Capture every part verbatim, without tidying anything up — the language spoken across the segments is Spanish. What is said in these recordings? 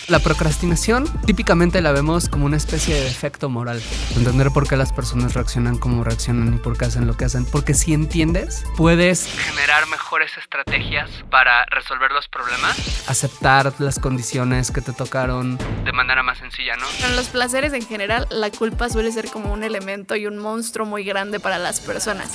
La procrastinación típicamente la vemos como una especie de defecto moral. Entender por qué las personas reaccionan como reaccionan y por qué hacen lo que hacen. Porque si entiendes, puedes generar mejores estrategias para resolver los problemas. Aceptar las condiciones que te tocaron de manera más sencilla, ¿no? En los placeres en general, la culpa suele ser como un elemento y un monstruo muy grande para las personas.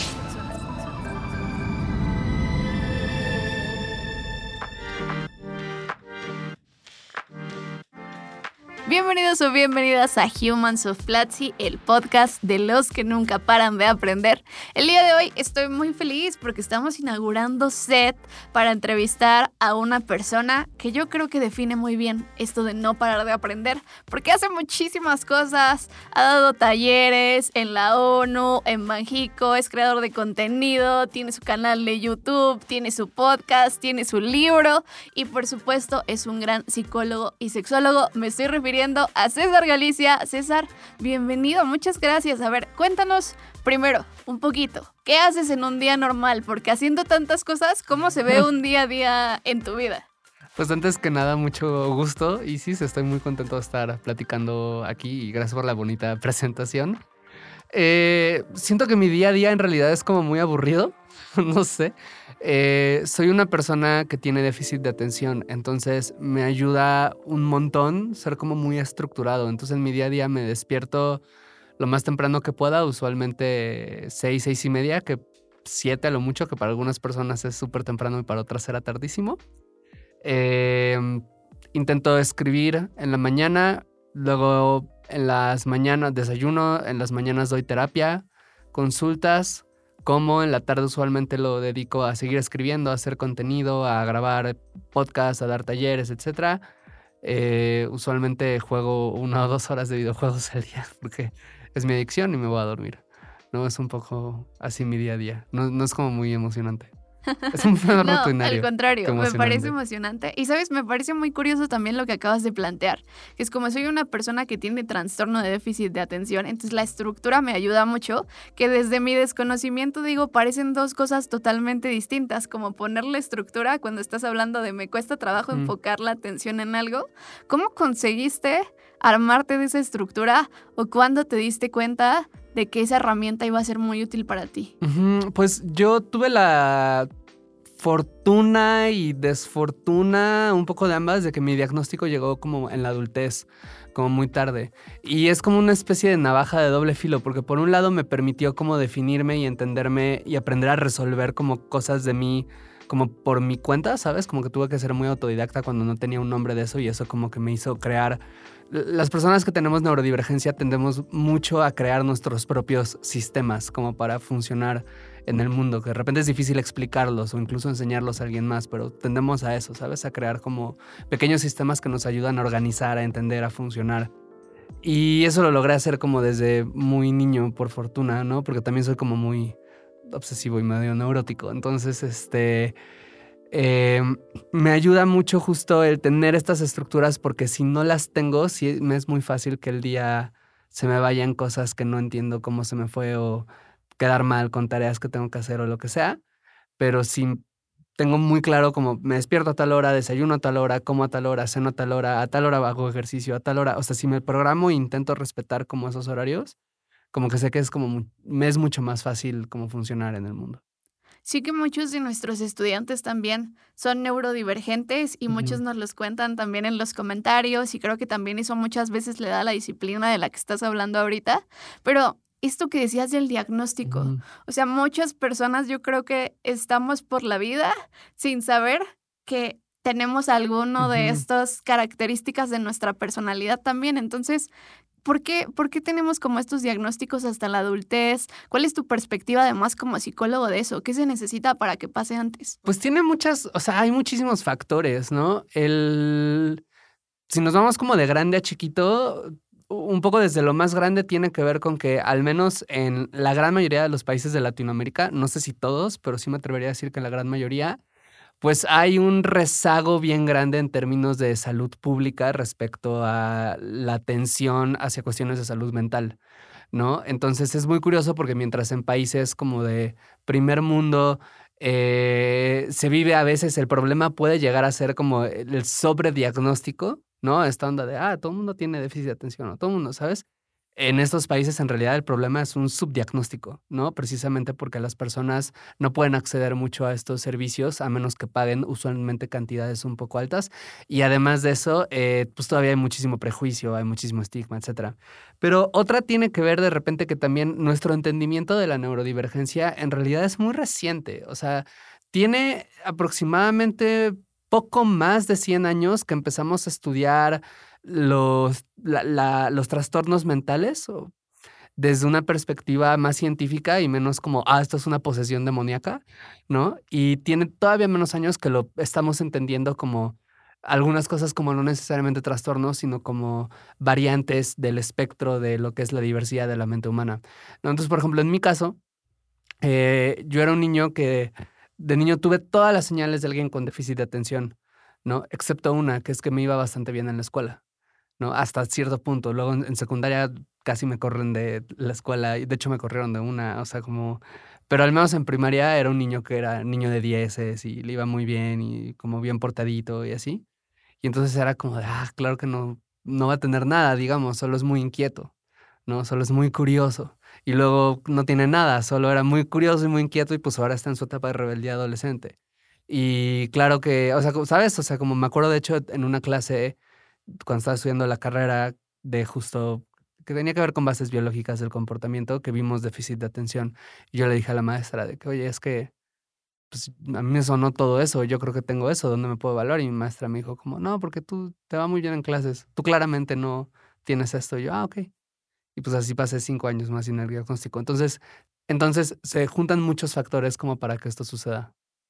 Bienvenidos o bienvenidas a Humans of Platzi, el podcast de los que nunca paran de aprender. El día de hoy estoy muy feliz porque estamos inaugurando set para entrevistar a una persona que yo creo que define muy bien esto de no parar de aprender, porque hace muchísimas cosas, ha dado talleres en la ONU, en Banxico, es creador de contenido, tiene su canal de YouTube, tiene su podcast, tiene su libro y por supuesto es un gran psicólogo y sexólogo. Me estoy refiriendo a César Galicia. César, bienvenido, muchas gracias. A ver, cuéntanos primero un poquito, ¿qué haces en un día normal? Porque haciendo tantas cosas, ¿cómo se ve un día a día en tu vida? Pues antes que nada, mucho gusto y sí, estoy muy contento de estar platicando aquí y gracias por la bonita presentación. Eh, siento que mi día a día en realidad es como muy aburrido, no sé. Eh, soy una persona que tiene déficit de atención, entonces me ayuda un montón ser como muy estructurado. Entonces en mi día a día me despierto lo más temprano que pueda, usualmente seis, seis y media, que siete a lo mucho, que para algunas personas es súper temprano y para otras será tardísimo. Eh, intento escribir en la mañana, luego en las mañanas desayuno, en las mañanas doy terapia, consultas. Como en la tarde usualmente lo dedico a seguir escribiendo, a hacer contenido, a grabar podcasts, a dar talleres, etcétera. Eh, usualmente juego una o dos horas de videojuegos al día porque es mi adicción y me voy a dormir. No, es un poco así mi día a día. No, no es como muy emocionante. Es un No, rutinario. al contrario, me parece emocionante. Y sabes, me parece muy curioso también lo que acabas de plantear, que es como soy una persona que tiene trastorno de déficit de atención, entonces la estructura me ayuda mucho, que desde mi desconocimiento digo, parecen dos cosas totalmente distintas, como ponerle estructura cuando estás hablando de me cuesta trabajo mm. enfocar la atención en algo. ¿Cómo conseguiste armarte de esa estructura o cuándo te diste cuenta de que esa herramienta iba a ser muy útil para ti? Uh-huh. Pues yo tuve la fortuna y desfortuna, un poco de ambas, de que mi diagnóstico llegó como en la adultez, como muy tarde. Y es como una especie de navaja de doble filo, porque por un lado me permitió como definirme y entenderme y aprender a resolver como cosas de mí, como por mi cuenta, ¿sabes? Como que tuve que ser muy autodidacta cuando no tenía un nombre de eso y eso como que me hizo crear. Las personas que tenemos neurodivergencia tendemos mucho a crear nuestros propios sistemas como para funcionar en el mundo, que de repente es difícil explicarlos o incluso enseñarlos a alguien más, pero tendemos a eso, ¿sabes? A crear como pequeños sistemas que nos ayudan a organizar, a entender, a funcionar. Y eso lo logré hacer como desde muy niño, por fortuna, ¿no? Porque también soy como muy obsesivo y medio neurótico. Entonces, este... Eh, me ayuda mucho justo el tener estas estructuras porque si no las tengo, sí me es muy fácil que el día se me vayan cosas que no entiendo cómo se me fue o quedar mal con tareas que tengo que hacer o lo que sea. Pero si tengo muy claro como me despierto a tal hora, desayuno a tal hora, como a tal hora, ceno a tal hora, a tal hora hago ejercicio, a tal hora. O sea, si me programo e intento respetar como esos horarios, como que sé que es como me es mucho más fácil como funcionar en el mundo. Sí que muchos de nuestros estudiantes también son neurodivergentes y uh-huh. muchos nos los cuentan también en los comentarios y creo que también eso muchas veces le da la disciplina de la que estás hablando ahorita. Pero esto que decías del diagnóstico, uh-huh. o sea, muchas personas yo creo que estamos por la vida sin saber que tenemos alguno uh-huh. de estas características de nuestra personalidad también. Entonces, ¿Por qué, ¿Por qué tenemos como estos diagnósticos hasta la adultez? ¿Cuál es tu perspectiva además como psicólogo de eso? ¿Qué se necesita para que pase antes? Pues tiene muchas, o sea, hay muchísimos factores, ¿no? El, si nos vamos como de grande a chiquito, un poco desde lo más grande tiene que ver con que al menos en la gran mayoría de los países de Latinoamérica, no sé si todos, pero sí me atrevería a decir que en la gran mayoría, pues hay un rezago bien grande en términos de salud pública respecto a la atención hacia cuestiones de salud mental, ¿no? Entonces es muy curioso porque mientras en países como de primer mundo eh, se vive a veces, el problema puede llegar a ser como el sobrediagnóstico, ¿no? Esta onda de, ah, todo el mundo tiene déficit de atención, o todo el mundo, ¿sabes? En estos países, en realidad, el problema es un subdiagnóstico, ¿no? Precisamente porque las personas no pueden acceder mucho a estos servicios a menos que paguen usualmente cantidades un poco altas. Y además de eso, eh, pues todavía hay muchísimo prejuicio, hay muchísimo estigma, etcétera. Pero otra tiene que ver de repente que también nuestro entendimiento de la neurodivergencia en realidad es muy reciente. O sea, tiene aproximadamente poco más de cien años que empezamos a estudiar los, la- la- los trastornos mentales o desde una perspectiva más científica y menos como, ah, esto es una posesión demoníaca, ¿no? Y tiene todavía menos años que lo estamos entendiendo como algunas cosas como no necesariamente trastornos, sino como variantes del espectro de lo que es la diversidad de la mente humana, ¿no? Entonces, por ejemplo, en mi caso, eh, yo era un niño que de niño tuve todas las señales de alguien con déficit de atención, ¿no? Excepto una, que es que me iba bastante bien en la escuela, ¿no? Hasta cierto punto. Luego en, en secundaria casi me corren de la escuela y de hecho me corrieron de una, o sea, como... Pero al menos en primaria era un niño que era niño de dieces y le iba muy bien y como bien portadito y así. Y entonces era como de, ah, claro que no, no va a tener nada, digamos, solo es muy inquieto, ¿no? Solo es muy curioso. Y luego no tiene nada, solo era muy curioso y muy inquieto y pues ahora está en su etapa de rebeldía adolescente. Y claro que, o sea, como- ¿sabes? O sea, como me acuerdo de hecho en una clase cuando estaba estudiando la carrera de justo que tenía que ver con bases biológicas del comportamiento, que vimos déficit de atención. Y yo le dije a la maestra de que, oye, es que pues, a mí me sonó todo eso, yo creo que tengo eso, ¿dónde me puedo evaluar? Y mi maestra me dijo como, no, porque tú te va muy bien en clases, tú claramente no tienes esto. Y yo, ah, ok. Y pues así pasé cinco años más sin el diagnóstico. Entonces, entonces se juntan muchos factores como para que esto suceda.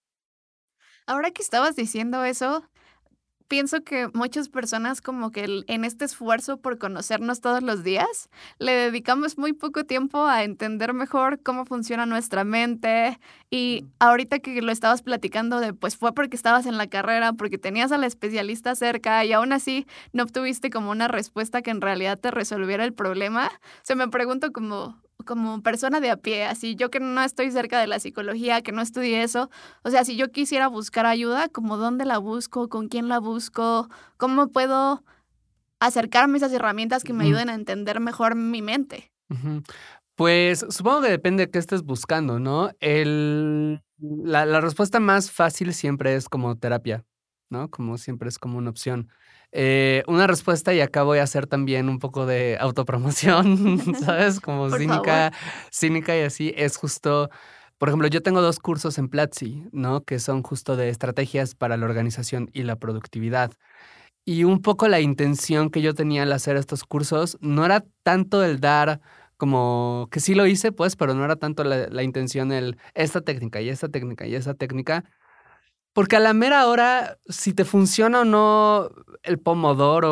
Ahora que estabas diciendo eso, pienso que muchas personas como que el- en este esfuerzo por conocernos todos los días, le dedicamos muy poco tiempo a entender mejor cómo funciona nuestra mente. Y ahorita que lo estabas platicando de, pues fue porque estabas en la carrera, porque tenías al especialista cerca y aún así no obtuviste como una respuesta que en realidad te resolviera el problema. Se me pregunto como... como persona de a pie, así yo que no estoy cerca de la psicología, que no estudié eso, o sea, si yo quisiera buscar ayuda, ¿como dónde la busco? ¿Con quién la busco? ¿Cómo puedo acercarme a esas herramientas que me Ujú, ayuden a entender mejor mi mente? ujú. Pues supongo que depende de qué estés buscando, ¿no? El, la, la respuesta más fácil siempre es como terapia, ¿no? Como siempre es como una opción. Eh, una respuesta, y acá voy a hacer también un poco de autopromoción, ¿sabes? Como Por favor. cínica, cínica y así, es justo, por ejemplo, yo tengo dos cursos en Platzi, ¿no? Que son justo de estrategias para la organización y la productividad. Y un poco la intención que yo tenía al hacer estos cursos no era tanto el dar como que sí lo hice, pues, pero no era tanto la, la intención el esta técnica y esta técnica y esa técnica, porque a la mera hora, si te funciona o no el pomodoro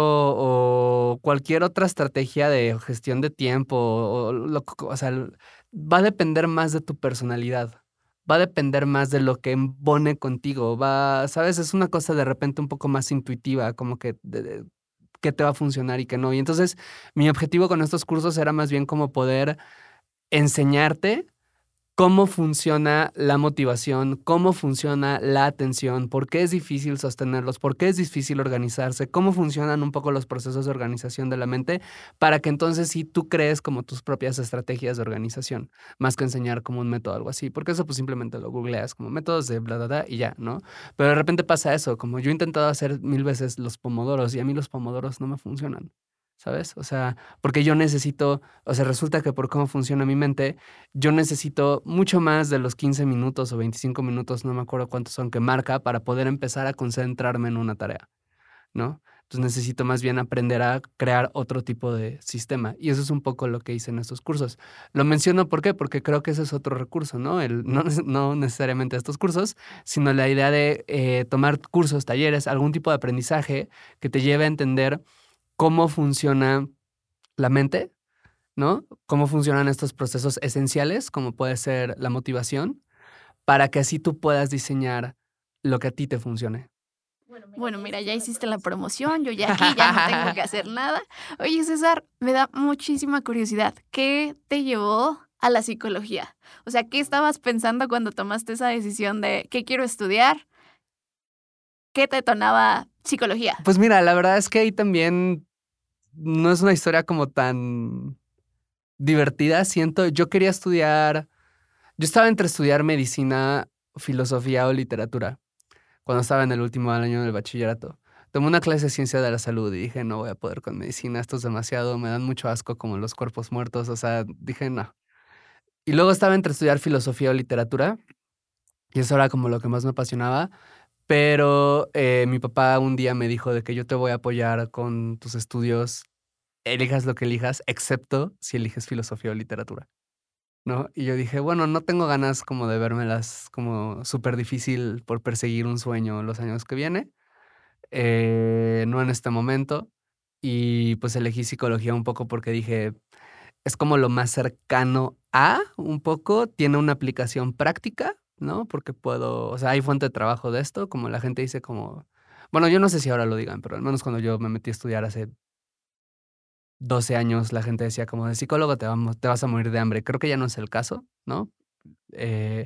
o cualquier otra estrategia de gestión de tiempo, o, lo- o sea, va a depender más de tu personalidad. Va a depender más de lo que embone contigo. Va, ¿sabes? Es una cosa de repente un poco más intuitiva, como que de, de- qué te va a funcionar y qué no. Y entonces, mi objetivo con estos cursos era más bien como poder enseñarte cómo funciona la motivación, cómo funciona la atención, por qué es difícil sostenerlos, por qué es difícil organizarse, cómo funcionan un poco los procesos de organización de la mente, para que entonces sí tú crees como tus propias estrategias de organización, más que enseñar como un método o algo así, porque eso pues simplemente lo googleas como métodos de bla, bla, bla y ya, ¿no? Pero de repente pasa eso, como yo he intentado hacer mil veces los pomodoros y a mí los pomodoros no me funcionan, ¿sabes? O sea, porque yo necesito, o sea, resulta que por cómo funciona mi mente, yo necesito mucho más de los quince minutos o veinticinco minutos, no me acuerdo cuántos son, que marca para poder empezar a concentrarme en una tarea, ¿no? Entonces necesito más bien aprender a crear otro tipo de sistema. Y eso es un poco lo que hice en estos cursos. Lo menciono ¿por qué? Porque creo que ese es otro recurso, ¿no? El, no, neces- no necesariamente estos cursos, sino la idea de eh, tomar cursos, talleres, algún tipo de aprendizaje que te lleve a entender cómo funciona la mente, ¿no? Cómo funcionan estos procesos esenciales, como puede ser la motivación, para que así tú puedas diseñar lo que a ti te funcione. Bueno, mira, ya hiciste la promoción, yo ya aquí ya no tengo que hacer nada. Oye, César, me da muchísima curiosidad. ¿Qué te llevó a la psicología? O sea, ¿qué estabas pensando cuando tomaste esa decisión de qué quiero estudiar? ¿Qué te detonaba psicología? Pues mira, la verdad es que ahí también no es una historia como tan divertida, siento. Yo quería estudiar, yo estaba entre estudiar medicina, filosofía o literatura cuando estaba en el último año del bachillerato. Tomé una clase de ciencia de la salud y dije, no voy a poder con medicina, esto es demasiado, me dan mucho asco como los cuerpos muertos, o sea, dije no. Y luego estaba entre estudiar filosofía o literatura y eso era como lo que más me apasionaba, pero eh, mi papá un día me dijo de que yo te voy a apoyar con tus estudios, elijas lo que elijas, excepto si eliges filosofía o literatura, ¿no? Y yo dije, bueno, no tengo ganas como de vérmelas como súper difícil por perseguir un sueño los años que viene, eh, no en este momento. Y pues elegí psicología un poco porque dije, es como lo más cercano a un poco, tiene una aplicación práctica, ¿no? Porque puedo, o sea, hay fuente de trabajo de esto, como la gente dice como, bueno, yo no sé si ahora lo digan, pero al menos cuando yo me metí a estudiar hace doce años, la gente decía como de psicólogo te, vamos, te vas a morir de hambre. Creo que ya no es el caso, ¿no? Eh,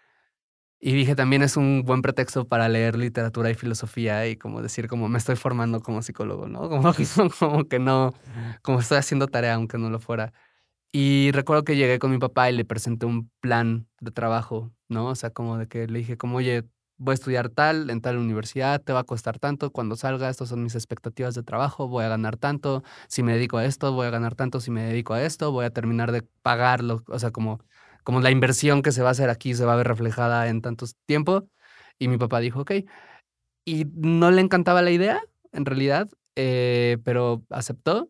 y dije, también es un buen pretexto para leer literatura y filosofía y como decir como me estoy formando como psicólogo, ¿no? Como, como que no, como estoy haciendo tarea aunque no lo fuera. Y recuerdo que llegué con mi papá y le presenté un plan de trabajo, ¿no? O sea, como de que le dije como, oye, voy a estudiar tal, en tal universidad, te va a costar tanto, cuando salga, estas son mis expectativas de trabajo, voy a ganar tanto, si me dedico a esto, voy a ganar tanto, si me dedico a esto, voy a terminar de pagarlo, o sea, como, como la inversión que se va a hacer aquí se va a ver reflejada en tantos tiempo. Y mi papá dijo, ok, y no le encantaba la idea, en realidad, eh, pero aceptó.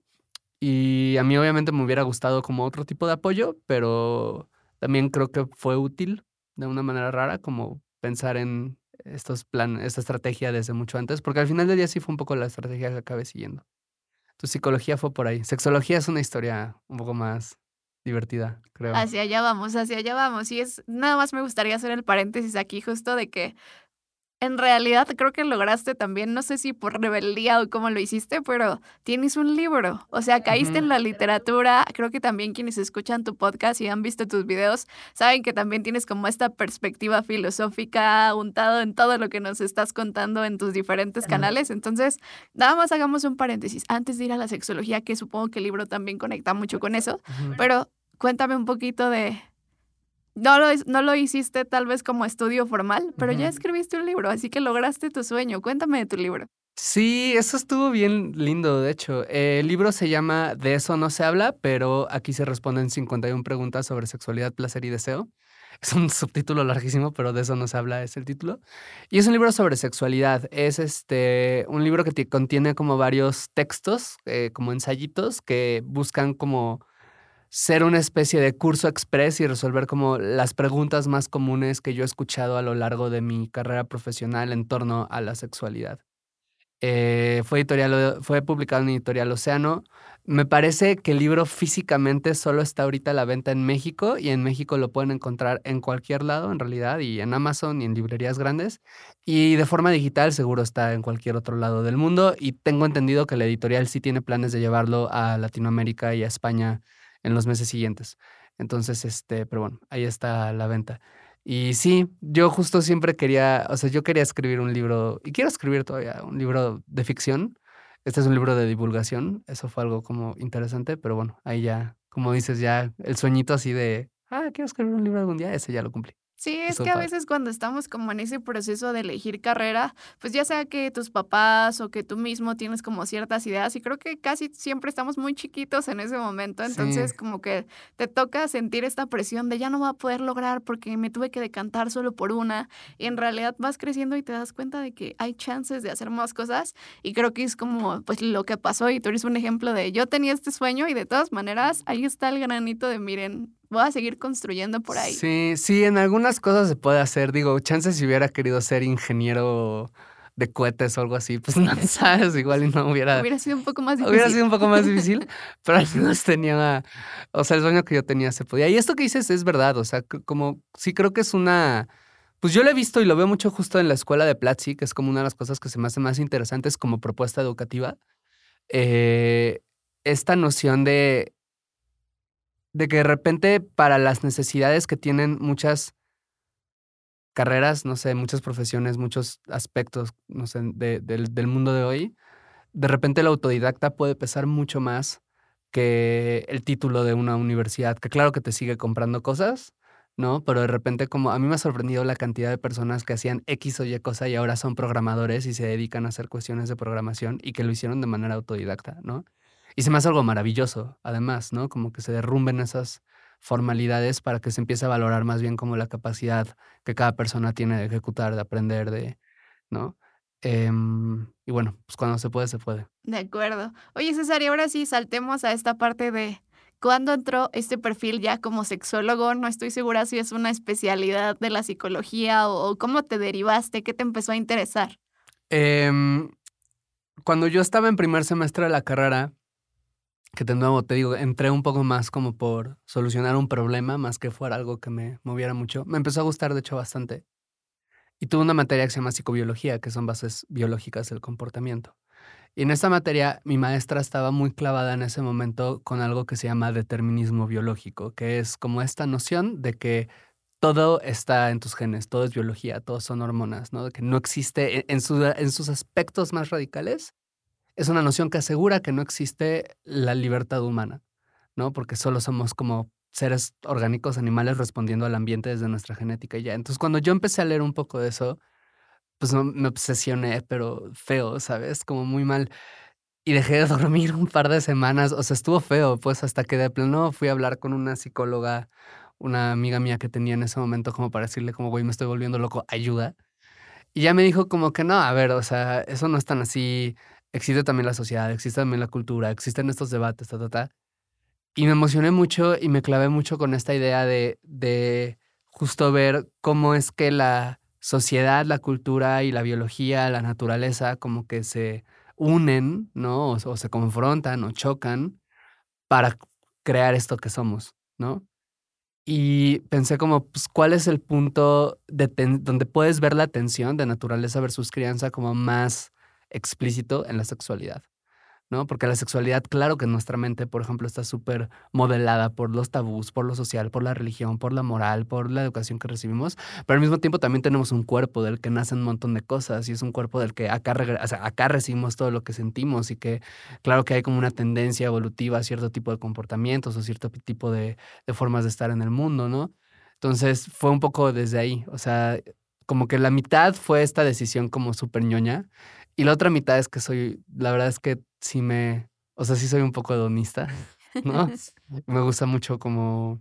Y a mí obviamente me hubiera gustado como otro tipo de apoyo, pero también creo que fue útil de una manera rara como pensar en estos planes, esta estrategia desde mucho antes, porque al final del día sí fue un poco la estrategia que acabé siguiendo. Tu psicología fue por ahí. Sexología es una historia un poco más divertida, creo. Hacia allá vamos, hacia allá vamos. Y es, nada más me gustaría hacer el paréntesis aquí justo de que en realidad creo que lograste también, no sé si por rebeldía o cómo lo hiciste, pero tienes un libro. O sea, caíste Ujú. en la literatura. Creo que también quienes escuchan tu podcast y han visto tus videos saben que también tienes como esta perspectiva filosófica untado en todo lo que nos estás contando en tus diferentes canales. Entonces, nada más hagamos un paréntesis antes de ir a la sexología, que supongo que el libro también conecta mucho con eso, Ujú. pero cuéntame un poquito de no lo, no lo hiciste tal vez como estudio formal, pero ya Ujú. escribiste un libro, así que lograste tu sueño. Cuéntame de tu libro. Sí, eso estuvo bien lindo, de hecho. Eh, el libro se llama De eso no se habla, pero aquí se responden cincuenta y una preguntas sobre sexualidad, placer y deseo. Es un subtítulo larguísimo, pero de eso no se habla, es el título. Y es un libro sobre sexualidad. Es este un libro que te- contiene como varios textos, eh, como ensayitos, que buscan como ser una especie de curso express y resolver como las preguntas más comunes que yo he escuchado a lo largo de mi carrera profesional en torno a la sexualidad. Eh, fue editorial, fue publicado en Editorial Océano. Me parece que el libro físicamente solo está ahorita a la venta en México y en México lo pueden encontrar en cualquier lado en realidad y en Amazon y en librerías grandes y de forma digital seguro está en cualquier otro lado del mundo y tengo entendido que la editorial sí tiene planes de llevarlo a Latinoamérica y a España en los meses siguientes. Entonces, este, pero bueno, ahí está la venta. Y sí, yo justo siempre quería, o sea, yo quería escribir un libro, y quiero escribir todavía un libro de ficción. Este es un libro de divulgación, eso fue algo como interesante, pero bueno, ahí ya, como dices, ya el sueñito así de, ah, quiero escribir un libro algún día, ese ya lo cumplí. Sí, es Estuvo que a padre. veces cuando estamos como en ese proceso de elegir carrera, pues ya sea que tus papás o que tú mismo tienes como ciertas ideas y creo que casi siempre estamos muy chiquitos en ese momento, Sí, entonces como que te toca sentir esta presión de ya no voy a poder lograr porque me tuve que decantar solo por una y en realidad vas creciendo y te das cuenta de que hay chances de hacer más cosas y creo que es como pues lo que pasó y tú eres un ejemplo de yo tenía este sueño y de todas maneras ahí está el granito de miren, voy a seguir construyendo por ahí. sí, sí, en algunas cosas se puede hacer. Digo, chances si hubiera querido ser ingeniero de cohetes o algo así, pues no sabes, igual y no hubiera. Hubiera sido un poco más Hubiera difícil. sido un poco más difícil, pero al menos tenía, o sea, el sueño que yo tenía se podía. Y esto que dices es verdad, o sea, c- como sí creo que es una, pues yo lo he visto y lo veo mucho justo en la escuela de Platzi, que es como una de las cosas que se me hace más interesantes como propuesta educativa. eh, Esta noción de, de que de repente para las necesidades que tienen muchas carreras, no sé, muchas profesiones, muchos aspectos, no sé, de- del, del mundo de hoy, de repente el autodidacta puede pesar mucho más que el título de una universidad, que claro que te sigue comprando cosas, ¿no? Pero de repente como a mí me ha sorprendido la cantidad de personas que hacían X o Y cosa y ahora son programadores y se dedican a hacer cuestiones de programación y que lo hicieron de manera autodidacta, ¿no? Y se me hace algo maravilloso, además, ¿no? Como que se derrumben esas formalidades para que se empiece a valorar más bien como la capacidad que cada persona tiene de ejecutar, de aprender, de, ¿no? Em, y bueno, pues cuando se puede, se puede. De acuerdo. Oye, César, y ahora sí, saltemos a esta parte de cuándo entró este perfil ya como sexólogo. No estoy segura si es una especialidad de la psicología o, o cómo te derivaste, qué te empezó a interesar. Em, Cuando yo estaba en primer semestre de la carrera, que de nuevo te digo, entré un poco más como por solucionar un problema, más que fuera algo que me moviera mucho. Me empezó a gustar, de hecho, bastante. Y tuve una materia que se llama psicobiología, que son bases biológicas del comportamiento. Y en esta materia, mi maestra estaba muy clavada en ese momento con algo que se llama determinismo biológico, que es como esta noción de que todo está en tus genes, todo es biología, todos son hormonas, ¿no? De que no existe en, en su- en sus aspectos más radicales. Es una noción que asegura que no existe la libertad humana, ¿no? Porque solo somos como seres orgánicos, animales respondiendo al ambiente desde nuestra genética y ya. Entonces, cuando yo empecé a leer un poco de eso, pues no, me obsesioné, pero feo, ¿sabes? Como muy mal. Y dejé de dormir un par de semanas. O sea, estuvo feo, pues hasta que de plano fui a hablar con una psicóloga, una amiga mía que tenía en ese momento, como para decirle, como, güey, me estoy volviendo loco, ayuda. Y ya me dijo como que no, a ver, o sea, eso no es tan así. Existe también la sociedad, existe también la cultura, existen estos debates, ta, ta, ta. Y me emocioné mucho y me clavé mucho con esta idea de, de justo ver cómo es que la sociedad, la cultura y la biología, la naturaleza, como que se unen, ¿no? O, o se confrontan o chocan para crear esto que somos, ¿no? Y pensé como, pues, ¿cuál es el punto de ten- donde puedes ver la tensión de naturaleza versus crianza como más explícito en la sexualidad? ¿No? Porque la sexualidad, claro que en nuestra mente, por ejemplo, está súper modelada por los tabús, por lo social, por la religión, por la moral, por la educación que recibimos, pero al mismo tiempo también tenemos un cuerpo del que nacen un montón de cosas y es un cuerpo del que acá, regre- o sea, acá recibimos todo lo que sentimos y que claro que hay como una tendencia evolutiva a cierto tipo de comportamientos o cierto pi- tipo de, de formas de estar en el mundo, ¿no? Entonces fue un poco desde ahí, o sea, como que la mitad fue esta decisión como súper ñoña y la otra mitad es que soy, la verdad es que sí me, o sea, sí soy un poco hedonista, ¿no? Me gusta mucho como,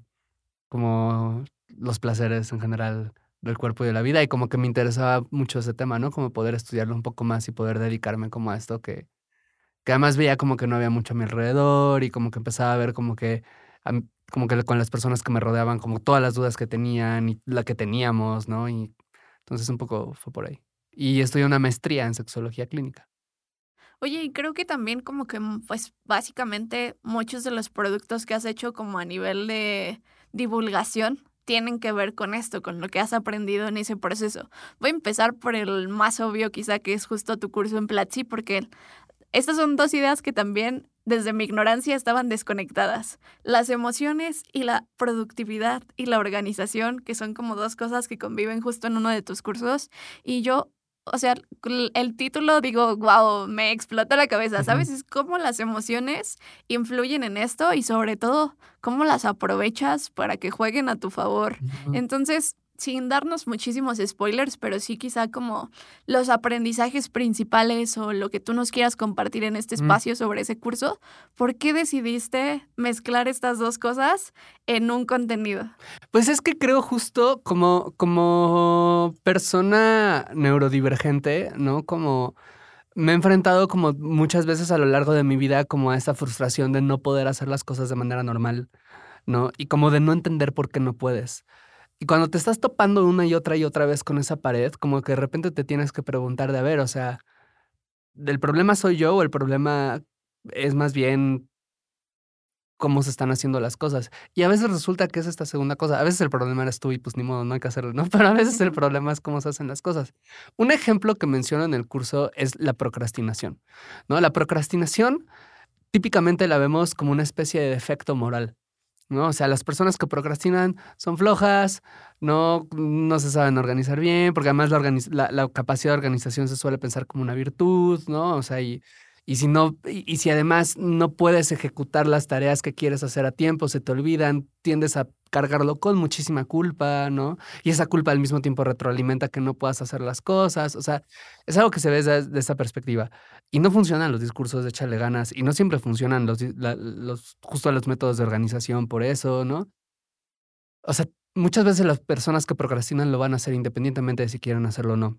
como los placeres en general del cuerpo y de la vida y como que me interesaba mucho ese tema, ¿no? Como poder estudiarlo un poco más y poder dedicarme como a esto que, que además veía como que no había mucho a mi alrededor y como que empezaba a ver como que, am- como que con las personas que me rodeaban, como todas las dudas que tenían y la que teníamos, ¿no? Y entonces un poco fue por ahí. Y estudié una maestría en sexología clínica. Oye, y creo que también como que, mm, pues, básicamente muchos de los productos que has hecho como a nivel de divulgación tienen que ver con esto, con lo que has aprendido en ese proceso. Voy a empezar por el más obvio, quizá, que es justo tu curso en Platzi, porque estas son dos ideas que también, desde mi ignorancia, estaban desconectadas. Las emociones y la productividad y la organización, que son como dos cosas que conviven justo en uno de tus cursos. Y yo, o sea, l- el título, digo, wow, me explotó la cabeza, Ujú, ¿sabes? Es cómo las emociones influyen en esto y sobre todo, cómo las aprovechas para que jueguen a tu favor. ujú. Entonces, sin darnos muchísimos spoilers, pero sí quizá como los aprendizajes principales o lo que tú nos quieras compartir en este Mm. espacio sobre ese curso, ¿por qué decidiste mezclar estas dos cosas en un contenido? Pues es que creo justo como, como persona neurodivergente, ¿no? Como me he enfrentado como muchas veces a lo largo de mi vida como a esta frustración de no poder hacer las cosas de manera normal, ¿no? Y como de no entender por qué no puedes. Y cuando te estás topando una y otra y otra vez con esa pared, como que de repente te tienes que preguntar de, a ver, o sea, ¿el problema soy yo o el problema es más bien cómo se están haciendo las cosas? Y a veces resulta que es esta segunda cosa. A veces el problema eres tú y pues ni modo, no hay que hacerlo, ¿no? Pero a veces el problema es cómo se hacen las cosas. Un ejemplo que menciono en el curso es la procrastinación, ¿no? La procrastinación típicamente la vemos como una especie de defecto moral. ¿no? O sea, las personas que procrastinan son flojas, no, no se saben organizar bien, porque además la, organiz- la, la capacidad de organización se suele pensar como una virtud, ¿no? O sea, y, y si no, y, y si además no puedes ejecutar las tareas que quieres hacer a tiempo, se te olvidan, tiendes a cargarlo con muchísima culpa, ¿no? Y esa culpa al mismo tiempo retroalimenta que no puedas hacer las cosas. O sea, es algo que se ve desde, desde esa perspectiva. Y no funcionan los discursos de échale ganas, y no siempre funcionan los, di- la- los, justo los métodos de organización por eso, ¿no? O sea, muchas veces las personas que procrastinan lo van a hacer independientemente de si quieren hacerlo o no.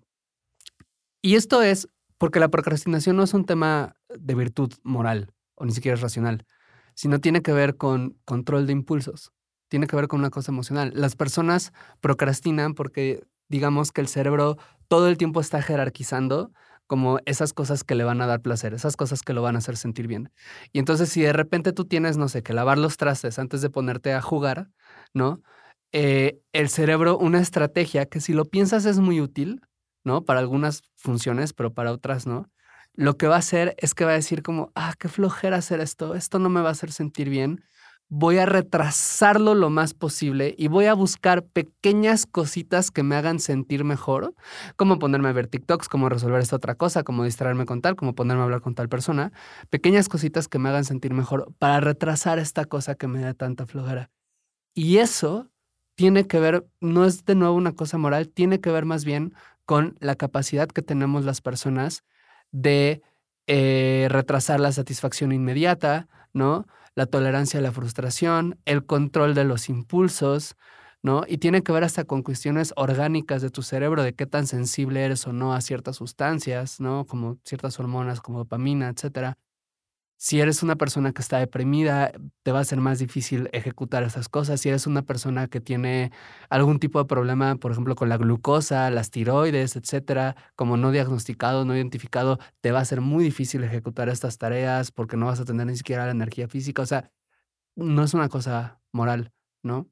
Y esto es porque la procrastinación no es un tema de virtud moral o ni siquiera es racional, sino tiene que ver con control de impulsos, tiene que ver con una cosa emocional. Las personas procrastinan porque digamos que el cerebro todo el tiempo está jerarquizando como esas cosas que le van a dar placer, esas cosas que lo van a hacer sentir bien. Y entonces si de repente tú tienes, no sé, que lavar los trastes antes de ponerte a jugar, ¿no? Eh, el cerebro, una estrategia que si lo piensas es muy útil, ¿no? Para algunas funciones, pero para otras no. Lo que va a hacer es que va a decir como, ah, qué flojera hacer esto, esto no me va a hacer sentir bien. Voy a retrasarlo lo más posible y voy a buscar pequeñas cositas que me hagan sentir mejor, como ponerme a ver TikToks, como resolver esta otra cosa, como distraerme con tal, como ponerme a hablar con tal persona. Pequeñas cositas que me hagan sentir mejor para retrasar esta cosa que me da tanta flojera. Y eso tiene que ver, no es de nuevo una cosa moral, tiene que ver más bien con la capacidad que tenemos las personas de eh, retrasar la satisfacción inmediata, ¿no? La tolerancia a la frustración, el control de los impulsos, ¿no? Y tiene que ver hasta con cuestiones orgánicas de tu cerebro, de qué tan sensible eres o no a ciertas sustancias, ¿no? Como ciertas hormonas como dopamina, etcétera. Si eres una persona que está deprimida, te va a ser más difícil ejecutar esas cosas. Si eres una persona que tiene algún tipo de problema, por ejemplo, con la glucosa, las tiroides, etcétera, como no diagnosticado, no identificado, te va a ser muy difícil ejecutar estas tareas porque no vas a tener ni siquiera la energía física. O sea, no es una cosa moral, ¿no?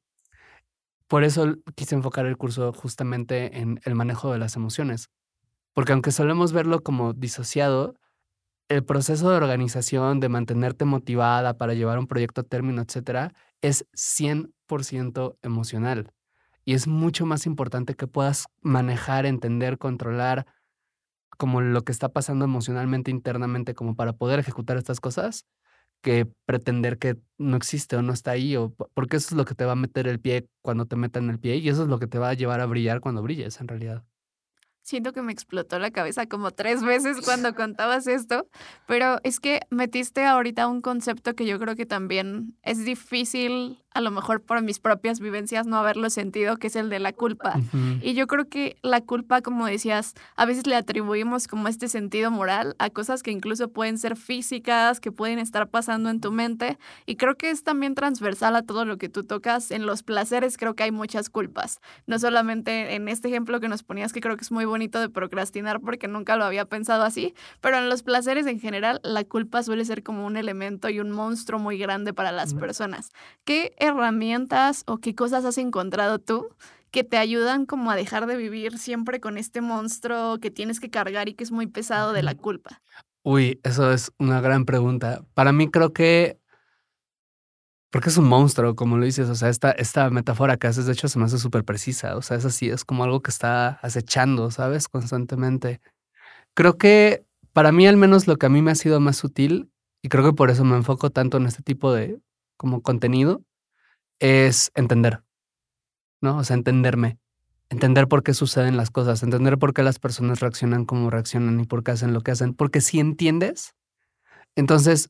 Por eso quise enfocar el curso justamente en el manejo de las emociones, porque aunque solemos verlo como disociado, el proceso de organización, de mantenerte motivada para llevar un proyecto a término, etcétera, es cien por ciento emocional. Y es mucho más importante que puedas manejar, entender, controlar como lo que está pasando emocionalmente internamente como para poder ejecutar estas cosas, que pretender que no existe o no está ahí, o po- porque eso es lo que te va a meter el pie cuando te metan el pie y eso es lo que te va a llevar a brillar cuando brilles en realidad. Siento que me explotó la cabeza como tres veces cuando contabas esto, pero es que metiste ahorita un concepto que yo creo que también es difícil, a lo mejor por mis propias vivencias, no haberlo sentido, que es el de la culpa. Ujú. Y yo creo que la culpa, como decías, a veces le atribuimos como este sentido moral a cosas que incluso pueden ser físicas, que pueden estar pasando en tu mente. Y creo que es también transversal a todo lo que tú tocas. En los placeres creo que hay muchas culpas. No solamente en este ejemplo que nos ponías, que creo que es muy bonito de procrastinar porque nunca lo había pensado así, pero en los placeres en general, la culpa suele ser como un elemento y un monstruo muy grande para las Mm, personas. ¿Qué herramientas o qué cosas has encontrado tú que te ayudan como a dejar de vivir siempre con este monstruo que tienes que cargar y que es muy pesado de la ujú. culpa? Uy, eso es una gran pregunta. Para mí creo que porque es un monstruo, como lo dices, o sea, esta, esta metáfora que haces, de hecho, se me hace súper precisa, o sea, es así, es como algo que está acechando, ¿sabes? Constantemente. Creo que para mí al menos lo que a mí me ha sido más útil, y creo que por eso me enfoco tanto en este tipo de como contenido, es entender, ¿no? O sea, entenderme, entender por qué suceden las cosas, entender por qué las personas reaccionan como reaccionan y por qué hacen lo que hacen, porque si entiendes, entonces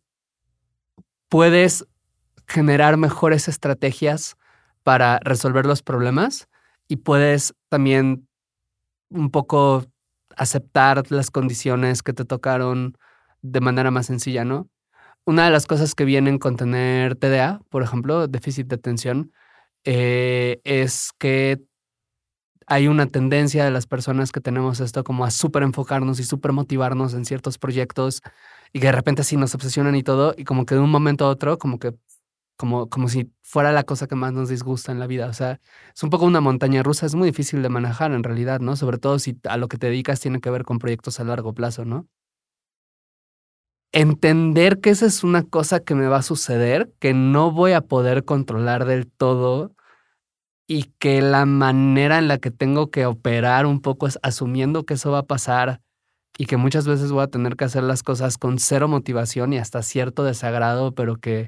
puedes generar mejores estrategias para resolver los problemas y puedes también un poco aceptar las condiciones que te tocaron de manera más sencilla, ¿no? Una de las cosas que vienen con tener T D A, por ejemplo, déficit de atención, eh, es que hay una tendencia de las personas que tenemos esto como a súper enfocarnos y súper motivarnos en ciertos proyectos y que de repente sí nos obsesionan y todo, y como que de un momento a otro, como que como, como si fuera la cosa que más nos disgusta en la vida. O sea, es un poco una montaña rusa, es muy difícil de manejar en realidad, ¿no? Sobre todo si a lo que te dedicas tiene que ver con proyectos a largo plazo, ¿no? entender que esa es una cosa que me va a suceder, que no voy a poder controlar del todo y que la manera en la que tengo que operar un poco es asumiendo que eso va a pasar y que muchas veces voy a tener que hacer las cosas con cero motivación y hasta cierto desagrado, pero que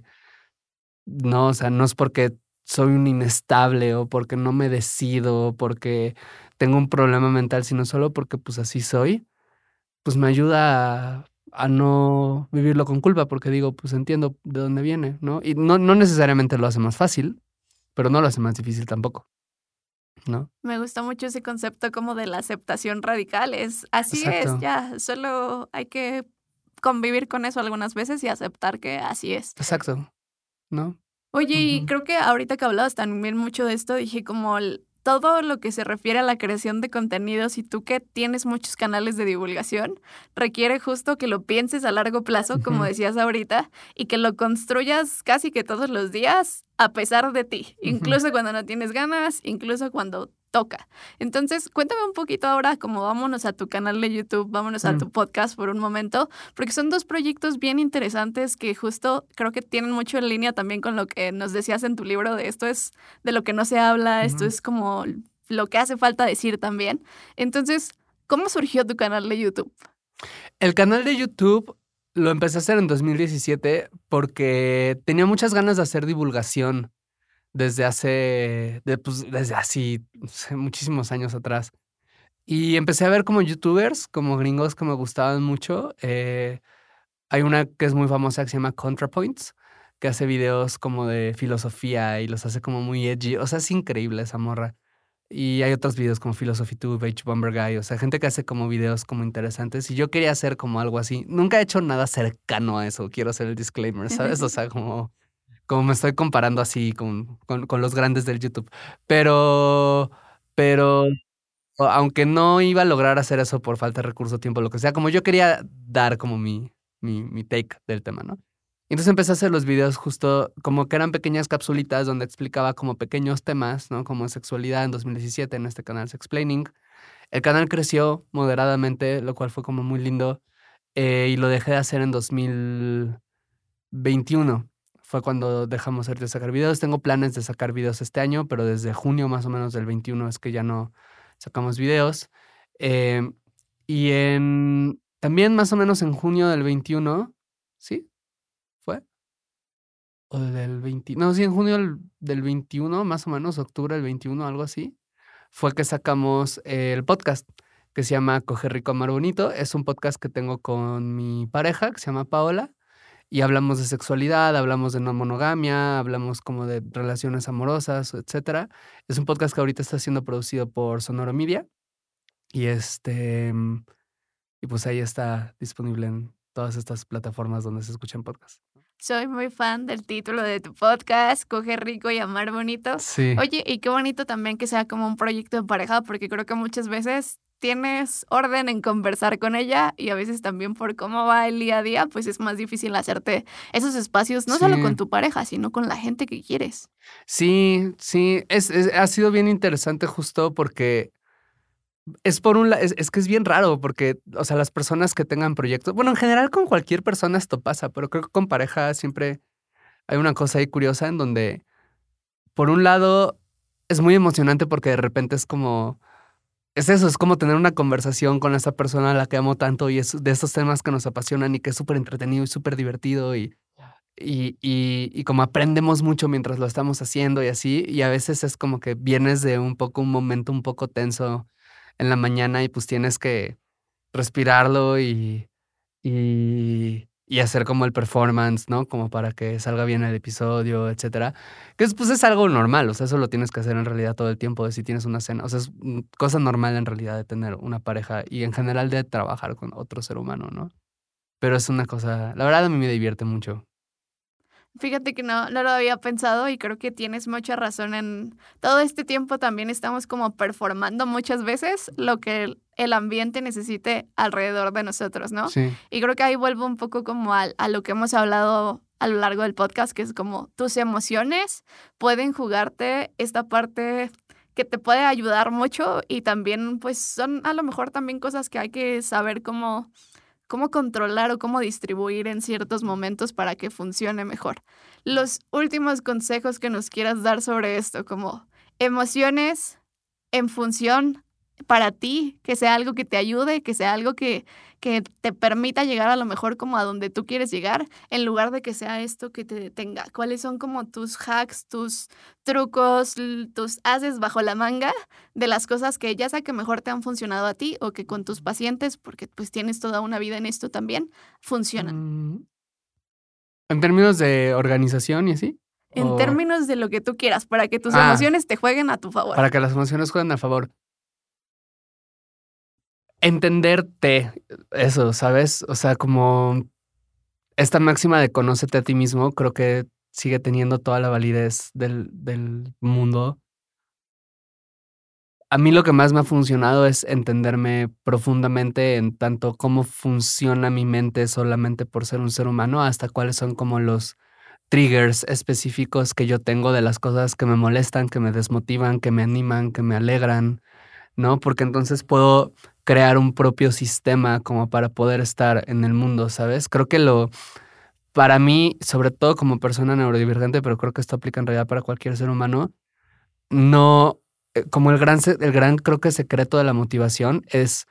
no, o sea, no es porque soy un inestable o porque no me decido o porque tengo un problema mental, sino solo porque pues así soy, pues me ayuda a, a no vivirlo con culpa, porque digo, pues entiendo de dónde viene, ¿no? Y no, no necesariamente lo hace más fácil, pero no lo hace más difícil tampoco, ¿no? Me gusta mucho ese concepto como de la aceptación radical. Es así es, Exacto, ya, solo hay que convivir con eso algunas veces y aceptar que así es. exacto, ¿no? Oye, y Ujú, creo que ahorita que hablabas también mucho de esto, dije como el- todo lo que se refiere a la creación de contenidos y tú que tienes muchos canales de divulgación, requiere justo que lo pienses a largo plazo, como ujú, decías ahorita, y que lo construyas casi que todos los días a pesar de ti, ujú, incluso cuando no tienes ganas, incluso cuando toca. Entonces, cuéntame un poquito ahora, como vámonos a tu canal de YouTube, vámonos a mm, tu podcast por un momento, porque son dos proyectos bien interesantes que justo creo que tienen mucho en línea también con lo que nos decías en tu libro de esto es de lo que no se habla, esto ujú. es como lo que hace falta decir también. Entonces, ¿cómo surgió tu canal de YouTube? El canal de YouTube lo empecé a hacer en dos mil diecisiete porque tenía muchas ganas de hacer divulgación desde hace, de, pues, desde así, no sé, muchísimos años atrás. Y empecé a ver como youtubers, como gringos que me gustaban mucho. Eh, hay una que es muy famosa que se llama ContraPoints, que hace videos como de filosofía y los hace como muy edgy. O sea, es increíble esa morra. Y hay otros videos como PhilosophyTube, H. Bomber Guy, o sea, gente que hace como videos como interesantes. Y yo quería hacer como algo así. Nunca he hecho nada cercano a eso, quiero hacer el disclaimer, ¿sabes? O sea, como, como me estoy comparando así con, con, con los grandes del YouTube. Pero, pero o aunque no iba a lograr hacer eso por falta de recurso, tiempo, lo que sea, como yo quería dar como mi, mi, mi take del tema, ¿no? Y entonces empecé a hacer los videos justo como que eran pequeñas capsulitas donde explicaba como pequeños temas, ¿no? Como sexualidad en dos mil diecisiete en este canal Sexplaining. El canal creció moderadamente, lo cual fue como muy lindo. Eh, y lo dejé de hacer en dos mil veintiuno. Fue cuando dejamos de sacar videos. Tengo planes de sacar videos este año, pero desde junio más o menos del veintiuno es que ya no sacamos videos. Eh, y en también más o menos en junio del veintiuno, ¿sí? ¿Fue? O del veinte, no, sí, en junio del, del veintiuno, más o menos, octubre del veintiuno, algo así, fue que sacamos eh, el podcast que se llama Coger Rico, Amar Bonito. Es un podcast que tengo con mi pareja, que se llama Paola, y hablamos de sexualidad, hablamos de no monogamia, hablamos como de relaciones amorosas, etcétera. Es un podcast que ahorita está siendo producido por Sonoro Media y este mm, y pues ahí está disponible en todas estas plataformas donde se escuchan podcasts. Soy muy fan del título de tu podcast, Coger rico y amar bonito. Sí, Oye, y qué bonito también que sea como un proyecto de pareja, porque creo que muchas veces tienes orden en conversar con ella y a veces también por cómo va el día a día, pues es más difícil hacerte esos espacios, no solo sí, con tu pareja, sino con la gente que quieres. sí, sí. Es, es- ha sido bien interesante justo porque es por un lado, es, es que es bien raro porque, o sea, las personas que tengan proyectos, bueno, en general con cualquier persona esto pasa, pero creo que con pareja siempre hay una cosa ahí curiosa en donde, por un lado, es muy emocionante porque de repente es como, es eso, es como tener una conversación con esa persona a la que amo tanto y es de esos temas que nos apasionan y que es súper entretenido y súper divertido y, y, y, y como aprendemos mucho mientras lo estamos haciendo y así, y a veces es como que vienes de un poco un momento un poco tenso en la mañana y pues tienes que respirarlo y, y, y hacer como el performance, ¿no? Como para que salga bien el episodio, etcétera. Que es, pues es algo normal, o sea, eso lo tienes que hacer en realidad todo el tiempo de si tienes una cena. O sea, es mm, cosa normal en realidad de tener una pareja y en general de trabajar con otro ser humano, ¿no? Pero es una cosa, la verdad a mí me divierte mucho. Fíjate que no, no lo había pensado y creo que tienes mucha razón en todo este tiempo también estamos como performando muchas veces lo que el, el ambiente necesite alrededor de nosotros, ¿no? Sí, Y creo que ahí vuelvo un poco como al- a, lo que hemos hablado a lo largo del podcast, que es como tus emociones pueden jugarte esta parte que te puede ayudar mucho y también pues son a lo mejor también cosas que hay que saber cómo cómo controlar o cómo distribuir en ciertos momentos para que funcione mejor. Los últimos consejos que nos quieras dar sobre esto, como emociones en función para ti, que sea algo que te ayude, que sea algo que, que te permita llegar a lo mejor como a donde tú quieres llegar, en lugar de que sea esto que te detenga. ¿Cuáles son como tus hacks, tus trucos, l- tus haces bajo la manga de las cosas que ya sea que mejor te han funcionado a ti o que con tus pacientes, porque pues tienes toda una vida en esto también, funcionan? Mm, en términos de organización y así. En O, términos de lo que tú quieras, para que tus ah, emociones te jueguen a tu favor. para que las emociones jueguen a favor. Entenderte, eso, ¿sabes? O sea, como esta máxima de conócete a ti mismo, creo que sigue teniendo toda la validez del, del mundo. A mí lo que más me ha funcionado es entenderme profundamente en tanto cómo funciona mi mente solamente por ser un ser humano, hasta cuáles son como los triggers específicos que yo tengo de las cosas que me molestan, que me desmotivan, que me animan, que me alegran, ¿no? Porque entonces puedo crear un propio sistema como para poder estar en el mundo, ¿sabes? Creo que lo, para mí, sobre todo como persona neurodivergente, pero creo que esto aplica en realidad para cualquier ser humano, no, eh, como el gran, se- el gran, creo que secreto de la motivación es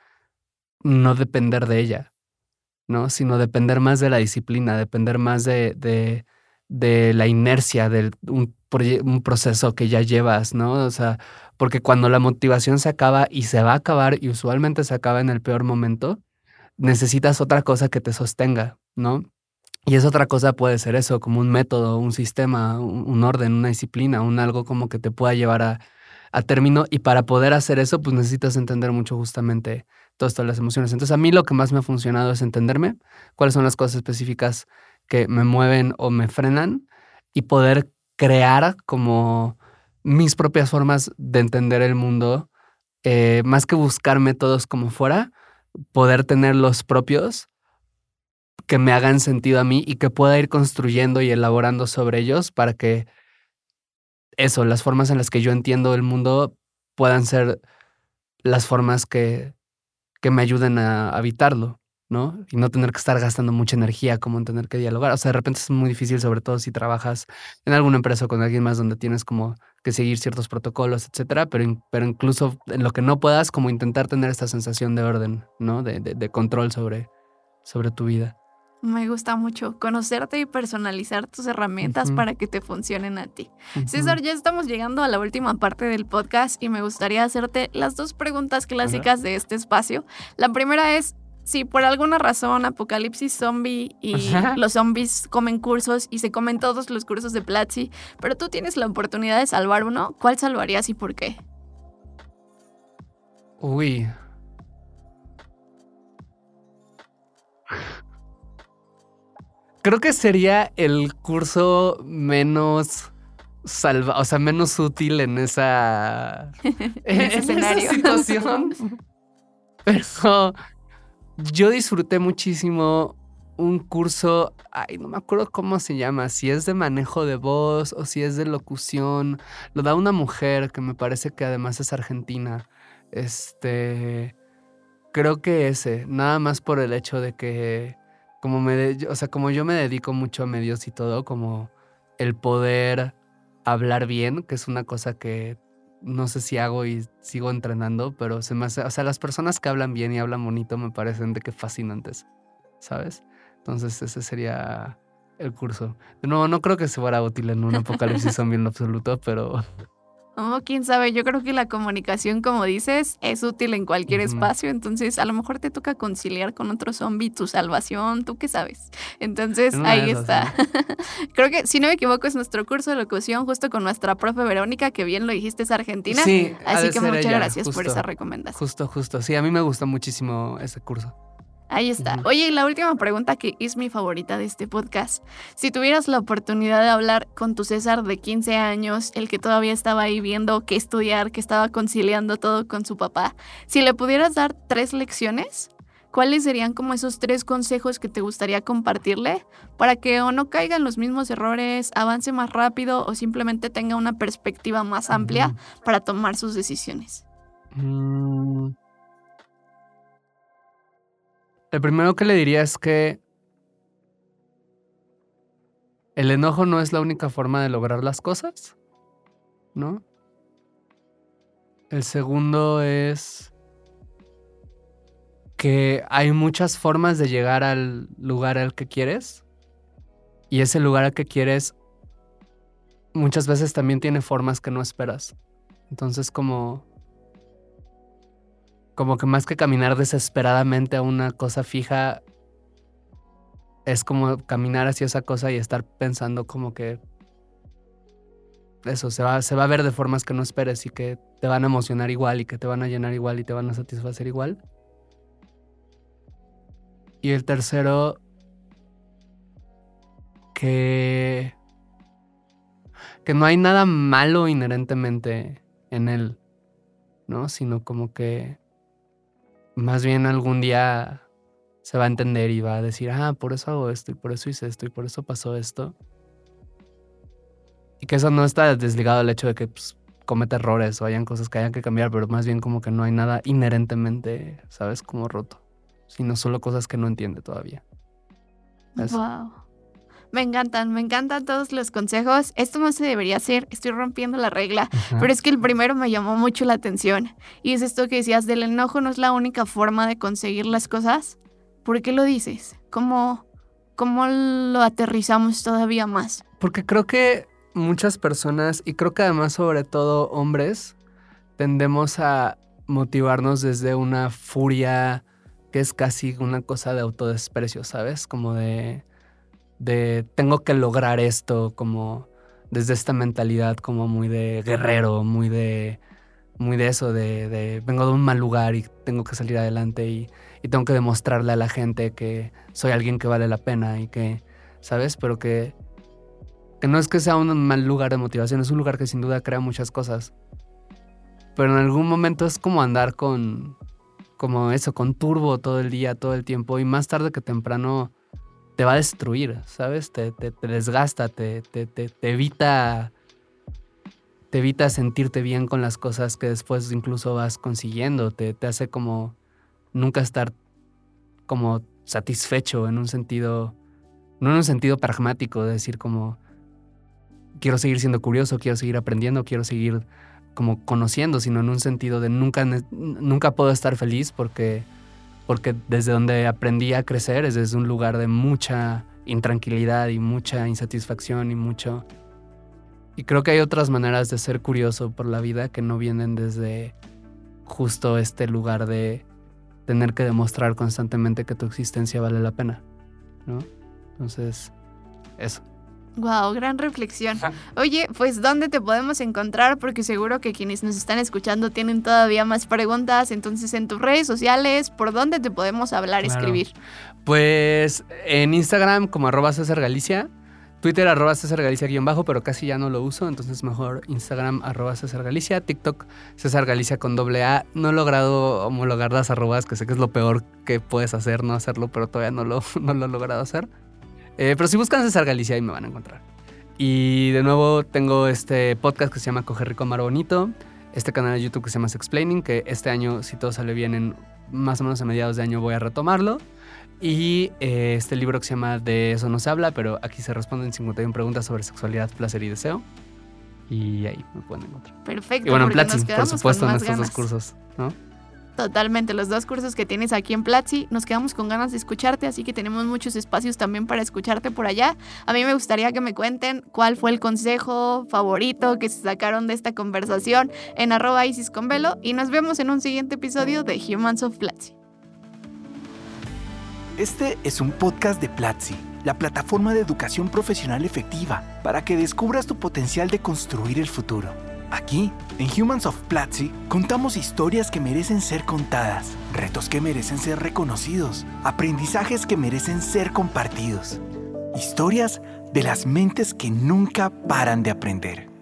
no depender de ella, ¿no? Sino depender más de la disciplina, depender más de, de, de la inercia, de un, proye- un proceso que ya llevas, ¿no? O sea, porque cuando la motivación se acaba y se va a acabar, y usualmente se acaba en el peor momento, necesitas otra cosa que te sostenga, ¿no? Y esa otra cosa puede ser eso, como un método, un sistema, un, un orden, una disciplina, un algo como que te pueda llevar a, a término. Y para poder hacer eso, pues necesitas entender mucho justamente todas estas las emociones. Entonces, a mí lo que más me ha funcionado es entenderme cuáles son las cosas específicas que me mueven o me frenan y poder crear como mis propias formas de entender el mundo, eh, más que buscar métodos como fuera, poder tener los propios que me hagan sentido a mí y que pueda ir construyendo y elaborando sobre ellos para que eso, las formas en las que yo entiendo el mundo puedan ser las formas que, que me ayuden a habitarlo, ¿no? Y no tener que estar gastando mucha energía como en tener que dialogar. O sea, de repente es muy difícil, sobre todo si trabajas en alguna empresa o con alguien más donde tienes como que seguir ciertos protocolos, etcétera, pero, in- pero incluso en lo que no puedas, como intentar tener esta sensación de orden, ¿no? De, de, de control sobre, sobre tu vida. Me gusta mucho conocerte y personalizar tus herramientas Ujú, para que te funcionen a ti. ujú. César, ya estamos llegando a la última parte del podcast y me gustaría hacerte las dos preguntas A ver. clásicas de este espacio. La primera es, si por alguna razón apocalipsis zombie y Ajá. los zombies comen cursos y se comen todos los cursos de Platzi, pero tú tienes la oportunidad de salvar uno, ¿cuál salvarías y por qué? Uy, creo que sería el curso menos salva, o sea, menos útil en esa, En ese en esa escenario. situación. Pero yo disfruté muchísimo un curso, ay, no me acuerdo cómo se llama, si es de manejo de voz o si es de locución. Lo da una mujer que me parece que además es argentina. Este, creo que ese, nada más por el hecho de que, como me, de- o sea, como yo me dedico mucho a medios y todo, como el poder hablar bien, que es una cosa que no sé si hago y sigo entrenando, pero se me hace, o sea, las personas que hablan bien y hablan bonito me parecen de que fascinantes, ¿sabes? Entonces ese sería el curso. De nuevo, no creo que se fuera útil en un apocalipsis zombie en lo absoluto, pero Oh, quién sabe, yo creo que la comunicación, como dices, es útil en cualquier ujú, espacio, entonces a lo mejor te toca conciliar con otro zombie tu salvación, tú qué sabes. Entonces en una de ahí esas, está. ¿no? Creo que, si no me equivoco, es nuestro curso de locución justo con nuestra profe Verónica, que bien lo dijiste, es argentina, Sí, ha así de que ser muchas ella, gracias por esa justo. recomendación. Justo, justo. Sí, a mí me gustó muchísimo ese curso. Ahí está. Ujú. Oye, y la última pregunta que es mi favorita de este podcast. Si tuvieras la oportunidad de hablar con tu César de quince años, el que todavía estaba ahí viendo qué estudiar, que estaba conciliando todo con su papá, si le pudieras dar tres lecciones, ¿cuáles serían como esos tres consejos que te gustaría compartirle para que o no caiga en los mismos errores, avance más rápido o simplemente tenga una perspectiva más amplia Ujú. para tomar sus decisiones? Mm, El primero que le diría es que el enojo no es la única forma de lograr las cosas, ¿no? El segundo es que hay muchas formas de llegar al lugar al que quieres, y ese lugar al que quieres muchas veces también tiene formas que no esperas. Entonces como, como que más que caminar desesperadamente a una cosa fija, es como caminar hacia esa cosa y estar pensando como que eso se va, se va a ver de formas que no esperes y que te van a emocionar igual y que te van a llenar igual y te van a satisfacer igual. Y el tercero, que, que no hay nada malo inherentemente en él, ¿no? Sino como que más bien algún día se va a entender y va a decir, ah, por eso hago esto y por eso hice esto y por eso pasó esto. Y que eso no está desligado del hecho de que pues, cometa errores o hayan cosas que hayan que cambiar, pero más bien como que no hay nada inherentemente, ¿sabes? Como roto, sino solo cosas que no entiende todavía. Eso. Wow. Me encantan, me encantan todos los consejos. Esto no se debería hacer, estoy rompiendo la regla. Ajá. Pero es que el primero me llamó mucho la atención. Y es esto que decías, del enojo no es la única forma de conseguir las cosas. ¿Por qué lo dices? ¿Cómo, cómo lo aterrizamos todavía más? Porque creo que muchas personas, y creo que además sobre todo hombres, tendemos a motivarnos desde una furia que es casi una cosa de autodesprecio, ¿sabes? Como de, de tengo que lograr esto, como desde esta mentalidad como muy de guerrero, muy de, muy de eso, de, de vengo de un mal lugar y tengo que salir adelante y Y tengo que demostrarle a la gente que soy alguien que vale la pena y que, ¿sabes? Pero que, que no es que sea un mal lugar de motivación, es un lugar que sin duda crea muchas cosas. Pero en algún momento es como andar con, como eso, con turbo todo el día, todo el tiempo. Y más tarde que temprano te va a destruir, ¿sabes? Te, te, te desgasta, te, te, te, te evita... Te evita sentirte bien con las cosas que después incluso vas consiguiendo. Te, te hace como... nunca estar como satisfecho en un sentido, no en un sentido pragmático, de decir como quiero seguir siendo curioso, quiero seguir aprendiendo, quiero seguir como conociendo, sino en un sentido de nunca, nunca puedo estar feliz porque, porque desde donde aprendí a crecer es desde un lugar de mucha intranquilidad y mucha insatisfacción y mucho... Y creo que hay otras maneras de ser curioso por la vida que no vienen desde justo este lugar de tener que demostrar constantemente que tu existencia vale la pena, ¿no? Entonces, eso. Wow, gran reflexión. Oye, pues ¿dónde te podemos encontrar? Porque seguro que quienes nos están escuchando tienen todavía más preguntas. Entonces, en tus redes sociales, ¿por dónde te podemos hablar, claro, escribir? Pues en Instagram como arroba César Galicia, Twitter arroba César Galicia guión bajo, pero casi ya no lo uso, entonces mejor Instagram arroba César Galicia, TikTok César Galicia con doble A. No he logrado homologar las arrobas, que sé que es lo peor que puedes hacer, no hacerlo, pero todavía no lo, no lo he logrado hacer. Eh, pero si buscan César Galicia ahí me van a encontrar. Y de nuevo tengo este podcast que se llama Coger Rico Amar Bonito, este canal de YouTube que se llama Sexplaining, que este año, si todo sale bien, en más o menos a mediados de año voy a retomarlo. Y eh, este libro que se llama De eso no se habla, pero aquí se responden cincuenta y una preguntas sobre sexualidad, placer y deseo. Y ahí me pueden encontrar. Perfecto. Y bueno, en Platzi, por supuesto, en estos ganas. dos cursos, ¿no? Totalmente, los dos cursos que tienes aquí en Platzi, nos quedamos con ganas de escucharte, así que tenemos muchos espacios también para escucharte por allá. A mí me gustaría que me cuenten cuál fue el consejo favorito que se sacaron de esta conversación en arroba Isis con Velo, y nos vemos en un siguiente episodio de Humans of Platzi. Este es un podcast de Platzi, la plataforma de educación profesional efectiva para que descubras tu potencial de construir el futuro. Aquí, en Humans of Platzi, contamos historias que merecen ser contadas, retos que merecen ser reconocidos, aprendizajes que merecen ser compartidos. Historias de las mentes que nunca paran de aprender.